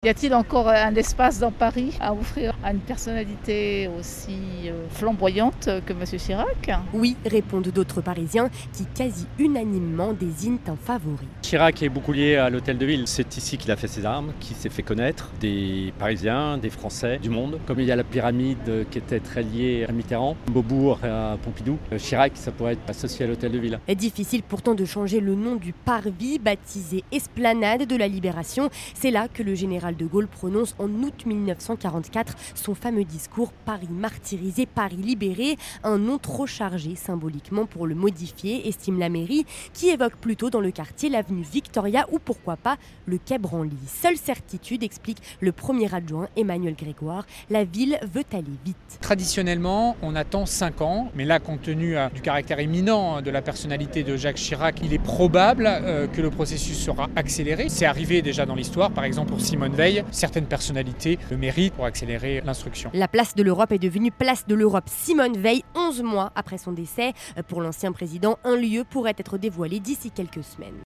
Y a-t-il encore un espace dans Paris à offrir à une personnalité aussi flamboyante que M. Chirac? Oui, répondent d'autres Parisiens qui quasi unanimement désignent un favori. Chirac est beaucoup lié à l'hôtel de ville. C'est ici qu'il a fait ses armes, qu'il s'est fait connaître des Parisiens, des Français, du monde. Comme il y a la pyramide qui était très liée à Mitterrand, Beaubourg à Pompidou, Chirac, ça pourrait être associé à l'hôtel de ville. Difficile pourtant de changer le nom du parvis, baptisé Esplanade de la Libération. C'est là que le général de Gaulle prononce en août 1944 son fameux discours « Paris martyrisé, Paris libéré », un nom trop chargé symboliquement pour le modifier, estime la mairie, qui évoque plutôt dans le quartier l'avenue Victoria ou pourquoi pas le quai Branly. Seule certitude, explique le premier adjoint Emmanuel Grégoire, la ville veut aller vite. Traditionnellement, on attend 5 ans, mais là, compte tenu du caractère imminent de la personnalité de Jacques Chirac, il est probable que le processus sera accéléré. C'est arrivé déjà dans l'histoire, par exemple pour Simone Veil, certaines personnalités le méritent pour accélérer l'instruction. La place de l'Europe est devenue place de l'Europe. Simone Veil, 11 mois après son décès. Pour l'ancien président, un lieu pourrait être dévoilé d'ici quelques semaines.